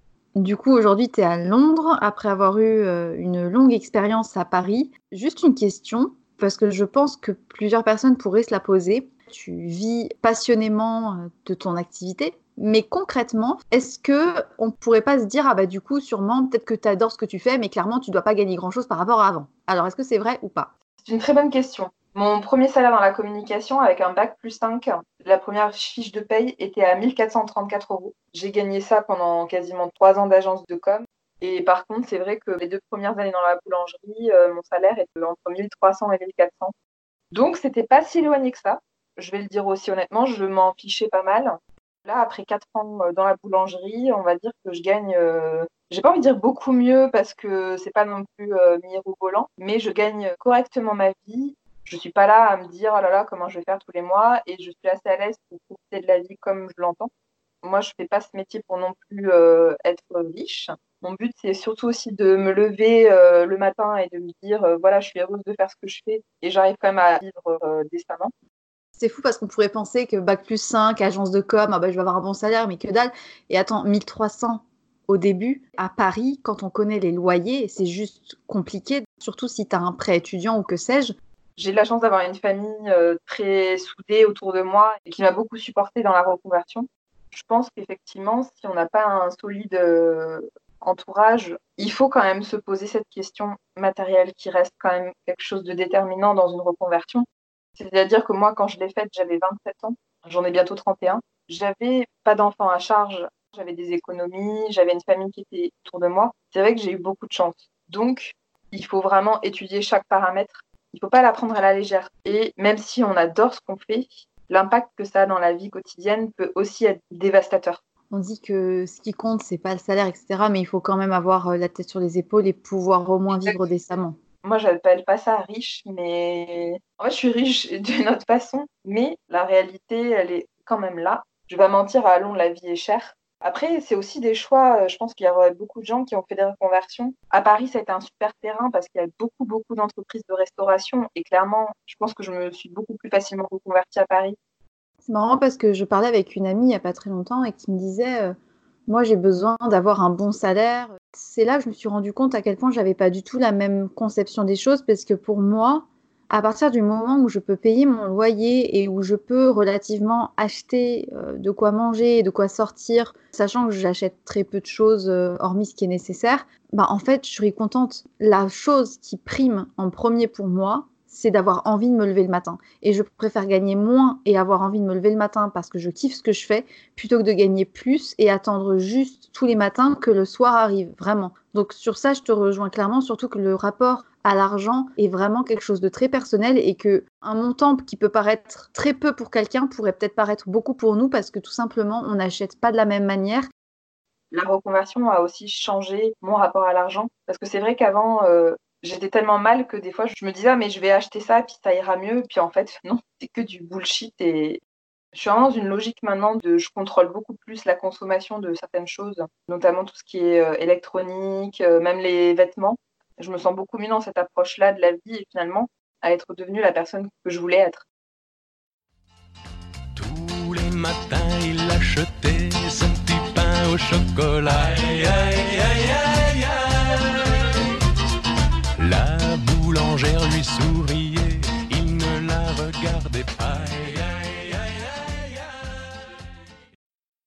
Du coup, aujourd'hui, tu es à Londres après avoir eu une longue expérience à Paris. Juste une question, parce que je pense que plusieurs personnes pourraient se la poser. Tu vis passionnément de ton activité, mais concrètement, est-ce qu'on ne pourrait pas se dire, ah bah du coup, sûrement, peut-être que tu adores ce que tu fais, mais clairement, tu ne dois pas gagner grand-chose par rapport à avant. Alors, est-ce que c'est vrai ou pas ? C'est une très bonne question. Mon premier salaire dans la communication, avec un bac plus 5, la première fiche de paye était à 1 434 €. J'ai gagné ça pendant quasiment 3 ans d'agence de com. Et par contre, c'est vrai que les 2 premières années dans la boulangerie, mon salaire était entre 1 300 et 1 400. Donc, c'était pas si éloigné que ça. Je vais le dire aussi honnêtement, je m'en fichais pas mal. Là, après 4 ans dans la boulangerie, on va dire que je gagne, j'ai pas envie de dire beaucoup mieux parce que c'est pas non plus mirobolant, mais je gagne correctement ma vie. Je suis pas là à me dire oh là là comment je vais faire tous les mois et je suis assez à l'aise pour profiter de la vie comme je l'entends. Moi, je fais pas ce métier pour non plus être riche. Mon but, c'est surtout aussi de me lever le matin et de me dire voilà, je suis heureuse de faire ce que je fais et j'arrive quand même à vivre décemment. C'est fou parce qu'on pourrait penser que bac plus 5, agence de com, ah bah, je vais avoir un bon salaire, mais que dalle. Et attends, 1300 au début, à Paris, quand on connaît les loyers, c'est juste compliqué, surtout si tu as un prêt étudiant ou que sais-je. J'ai de la chance d'avoir une famille très soudée autour de moi et qui m'a beaucoup supportée dans la reconversion. Je pense qu'effectivement, si on n'a pas un solide entourage, il faut quand même se poser cette question matérielle qui reste quand même quelque chose de déterminant dans une reconversion. C'est-à-dire que moi, quand je l'ai faite, j'avais 27 ans, j'en ai bientôt 31. J'avais pas d'enfants à charge, j'avais des économies, j'avais une famille qui était autour de moi. C'est vrai que j'ai eu beaucoup de chance. Donc, il faut vraiment étudier chaque paramètre. Il ne faut pas la prendre à la légère. Et même si on adore ce qu'on fait, l'impact que ça a dans la vie quotidienne peut aussi être dévastateur. On dit que ce qui compte, c'est pas le salaire, etc. Mais il faut quand même avoir la tête sur les épaules et pouvoir au moins vivre décemment. Moi, je n'appelle pas ça riche, mais en fait, je suis riche d'une autre façon, mais la réalité, elle est quand même là. Je vais pas mentir, à Londres, la vie est chère. Après, c'est aussi des choix. Je pense qu'il y a beaucoup de gens qui ont fait des reconversions. À Paris, ça a été un super terrain parce qu'il y a beaucoup, beaucoup d'entreprises de restauration. Et clairement, je pense que je me suis beaucoup plus facilement reconvertie à Paris. C'est marrant parce que je parlais avec une amie il n'y a pas très longtemps et qui me disait moi j'ai besoin d'avoir un bon salaire. C'est là que je me suis rendu compte à quel point j'avais pas du tout la même conception des choses parce que pour moi, à partir du moment où je peux payer mon loyer et où je peux relativement acheter de quoi manger et de quoi sortir, sachant que j'achète très peu de choses hormis ce qui est nécessaire, bah en fait je suis contente. La chose qui prime en premier pour moi, c'est d'avoir envie de me lever le matin. Et je préfère gagner moins et avoir envie de me lever le matin parce que je kiffe ce que je fais, plutôt que de gagner plus et attendre juste tous les matins que le soir arrive, vraiment. Donc sur ça, je te rejoins clairement, surtout que le rapport à l'argent est vraiment quelque chose de très personnel et que un montant qui peut paraître très peu pour quelqu'un pourrait peut-être paraître beaucoup pour nous parce que tout simplement, on n'achète pas de la même manière. La reconversion a aussi changé mon rapport à l'argent parce que c'est vrai qu'avant, j'étais tellement mal que des fois, je me disais ah, mais je vais acheter ça, puis ça ira mieux. Puis en fait, non, c'est que du bullshit. Et je suis vraiment dans une logique maintenant je contrôle beaucoup plus la consommation de certaines choses, notamment tout ce qui est électronique, même les vêtements. Je me sens beaucoup mieux dans cette approche-là de la vie et finalement à être devenue la personne que je voulais être. Tous les matins, il achetait son petit pain au chocolat. Aïe, aïe, aïe, aïe, aïe. La boulangère lui souriait, il ne la regardait pas. Aïe, aïe, aïe, aïe, aïe.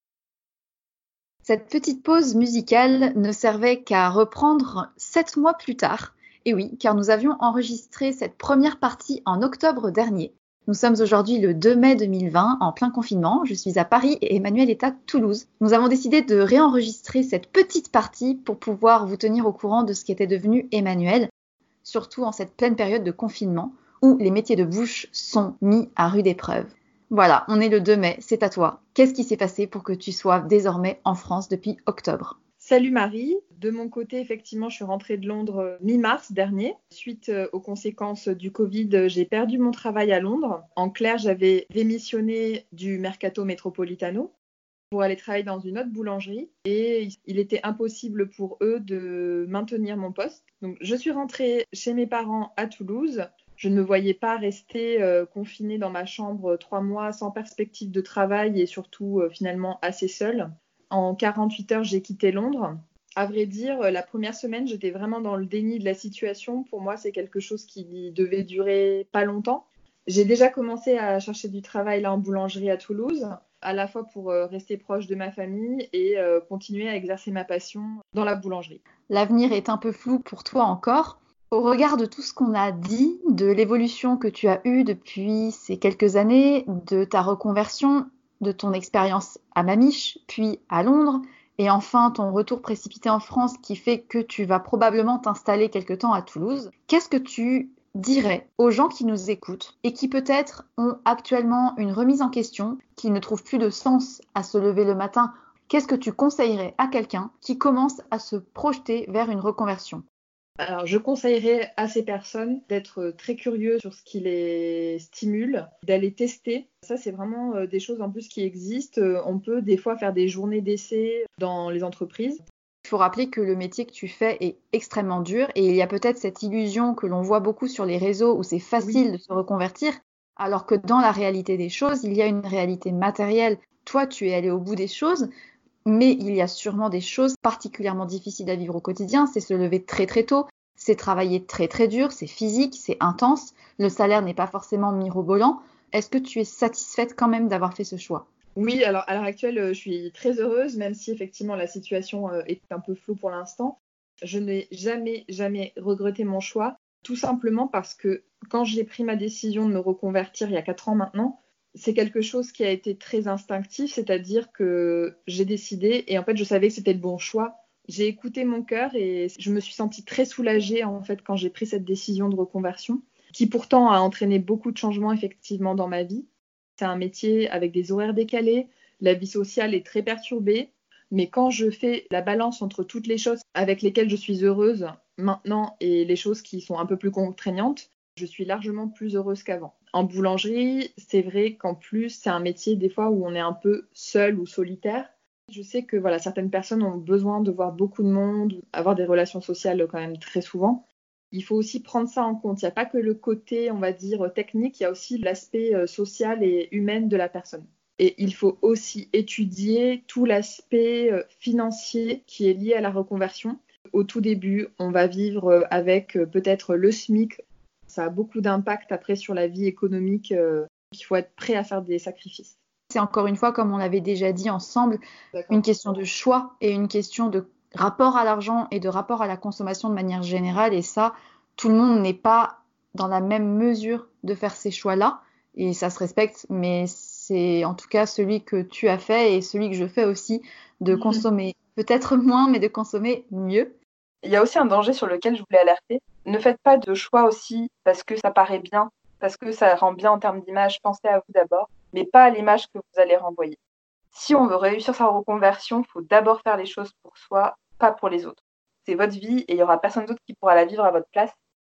Cette petite pause musicale ne servait qu'à reprendre 7 mois plus tard. Et oui, car nous avions enregistré cette première partie en octobre dernier. Nous sommes aujourd'hui le 2 mai 2020, en plein confinement. Je suis à Paris et Emmanuel est à Toulouse. Nous avons décidé de réenregistrer cette petite partie pour pouvoir vous tenir au courant de ce qu'était devenu Emmanuel, surtout en cette pleine période de confinement où les métiers de bouche sont mis à rude épreuve. Voilà, on est le 2 mai, c'est à toi. Qu'est-ce qui s'est passé pour que tu sois désormais en France depuis octobre ? Salut Marie, de mon côté, effectivement, je suis rentrée de Londres mi-mars dernier. Suite aux conséquences du Covid, j'ai perdu mon travail à Londres. En clair, j'avais démissionné du Mercato Metropolitano pour aller travailler dans une autre boulangerie et il était impossible pour eux de maintenir mon poste. Donc, je suis rentrée chez mes parents à Toulouse. Je ne me voyais pas rester confinée dans ma chambre 3 mois sans perspective de travail et surtout finalement assez seule. En 48 heures, j'ai quitté Londres. À vrai dire, la première semaine, j'étais vraiment dans le déni de la situation. Pour moi, c'est quelque chose qui devait durer pas longtemps. J'ai déjà commencé à chercher du travail là en boulangerie à Toulouse, à la fois pour rester proche de ma famille et continuer à exercer ma passion dans la boulangerie. L'avenir est un peu flou pour toi encore. Au regard de tout ce qu'on a dit, de l'évolution que tu as eue depuis ces quelques années, de ta reconversion, de ton expérience à Mamiche, puis à Londres, et enfin ton retour précipité en France qui fait que tu vas probablement t'installer quelque temps à Toulouse, qu'est-ce que tu dirais aux gens qui nous écoutent et qui peut-être ont actuellement une remise en question, qui ne trouvent plus de sens à se lever le matin? Qu'est-ce que tu conseillerais à quelqu'un qui commence à se projeter vers une reconversion? Alors, je conseillerais à ces personnes d'être très curieux sur ce qui les stimule, d'aller tester. Ça, c'est vraiment des choses en plus qui existent. On peut des fois faire des journées d'essai dans les entreprises. Il faut rappeler que le métier que tu fais est extrêmement dur et il y a peut-être cette illusion que l'on voit beaucoup sur les réseaux où c'est facile de se reconvertir, alors que dans la réalité des choses, il y a une réalité matérielle. Toi, tu es allé au bout des choses. Mais il y a sûrement des choses particulièrement difficiles à vivre au quotidien. C'est se lever très très tôt, c'est travailler très très dur, c'est physique, c'est intense. Le salaire n'est pas forcément mirobolant. Est-ce que tu es satisfaite quand même d'avoir fait ce choix ? Oui, alors à l'heure actuelle, je suis très heureuse, même si effectivement la situation est un peu floue pour l'instant. Je n'ai jamais regretté mon choix, tout simplement parce que quand j'ai pris ma décision de me reconvertir il y a 4 ans maintenant, c'est quelque chose qui a été très instinctif, c'est-à-dire que j'ai décidé et en fait je savais que c'était le bon choix. J'ai écouté mon cœur et je me suis sentie très soulagée en fait quand j'ai pris cette décision de reconversion, qui pourtant a entraîné beaucoup de changements effectivement dans ma vie. C'est un métier avec des horaires décalés, la vie sociale est très perturbée, mais quand je fais la balance entre toutes les choses avec lesquelles je suis heureuse maintenant et les choses qui sont un peu plus contraignantes, je suis largement plus heureuse qu'avant. En boulangerie, c'est vrai qu'en plus, c'est un métier des fois où on est un peu seul ou solitaire. Je sais que voilà, certaines personnes ont besoin de voir beaucoup de monde, avoir des relations sociales quand même très souvent. Il faut aussi prendre ça en compte. Il n'y a pas que le côté, on va dire, technique, il y a aussi l'aspect social et humain de la personne. Et il faut aussi étudier tout l'aspect financier qui est lié à la reconversion. Au tout début, on va vivre avec peut-être le SMIC. Ça a beaucoup d'impact après sur la vie économique. Il faut être prêt à faire des sacrifices. C'est encore une fois, comme on l'avait déjà dit ensemble, une question de choix et une question de rapport à l'argent et de rapport à la consommation de manière générale. Et ça, tout le monde n'est pas dans la même mesure de faire ces choix-là. Et ça se respecte, mais c'est en tout cas celui que tu as fait et celui que je fais aussi, de consommer peut-être moins, mais de consommer mieux. Il y a aussi un danger sur lequel je voulais alerter. Ne faites pas de choix aussi parce que ça paraît bien, parce que ça rend bien en termes d'image. Pensez à vous d'abord, mais pas à l'image que vous allez renvoyer. Si on veut réussir sa reconversion, il faut d'abord faire les choses pour soi, pas pour les autres. C'est votre vie et il n'y aura personne d'autre qui pourra la vivre à votre place.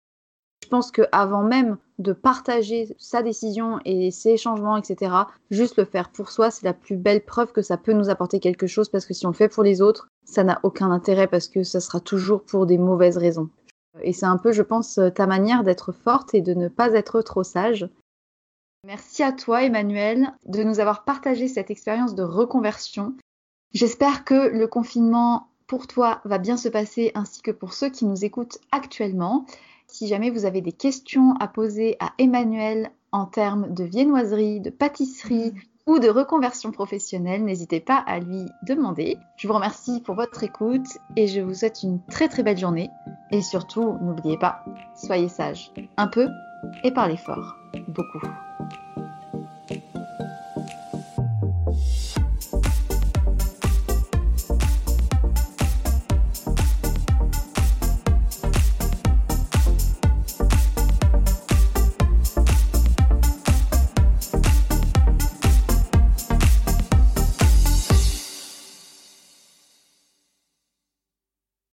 Je pense qu'avant même de partager sa décision et ses changements, etc., juste le faire pour soi, c'est la plus belle preuve que ça peut nous apporter quelque chose, parce que si on le fait pour les autres, ça n'a aucun intérêt parce que ça sera toujours pour des mauvaises raisons. Et c'est un peu, je pense, ta manière d'être forte et de ne pas être trop sage. Merci à toi, Emmanuelle, de nous avoir partagé cette expérience de reconversion. J'espère que le confinement pour toi va bien se passer ainsi que pour ceux qui nous écoutent actuellement. Si jamais vous avez des questions à poser à Emmanuelle en termes de viennoiserie, de pâtisserie ou de reconversion professionnelle, n'hésitez pas à lui demander. Je vous remercie pour votre écoute et je vous souhaite une très très belle journée. Et surtout, n'oubliez pas, soyez sages, un peu et parlez fort, beaucoup.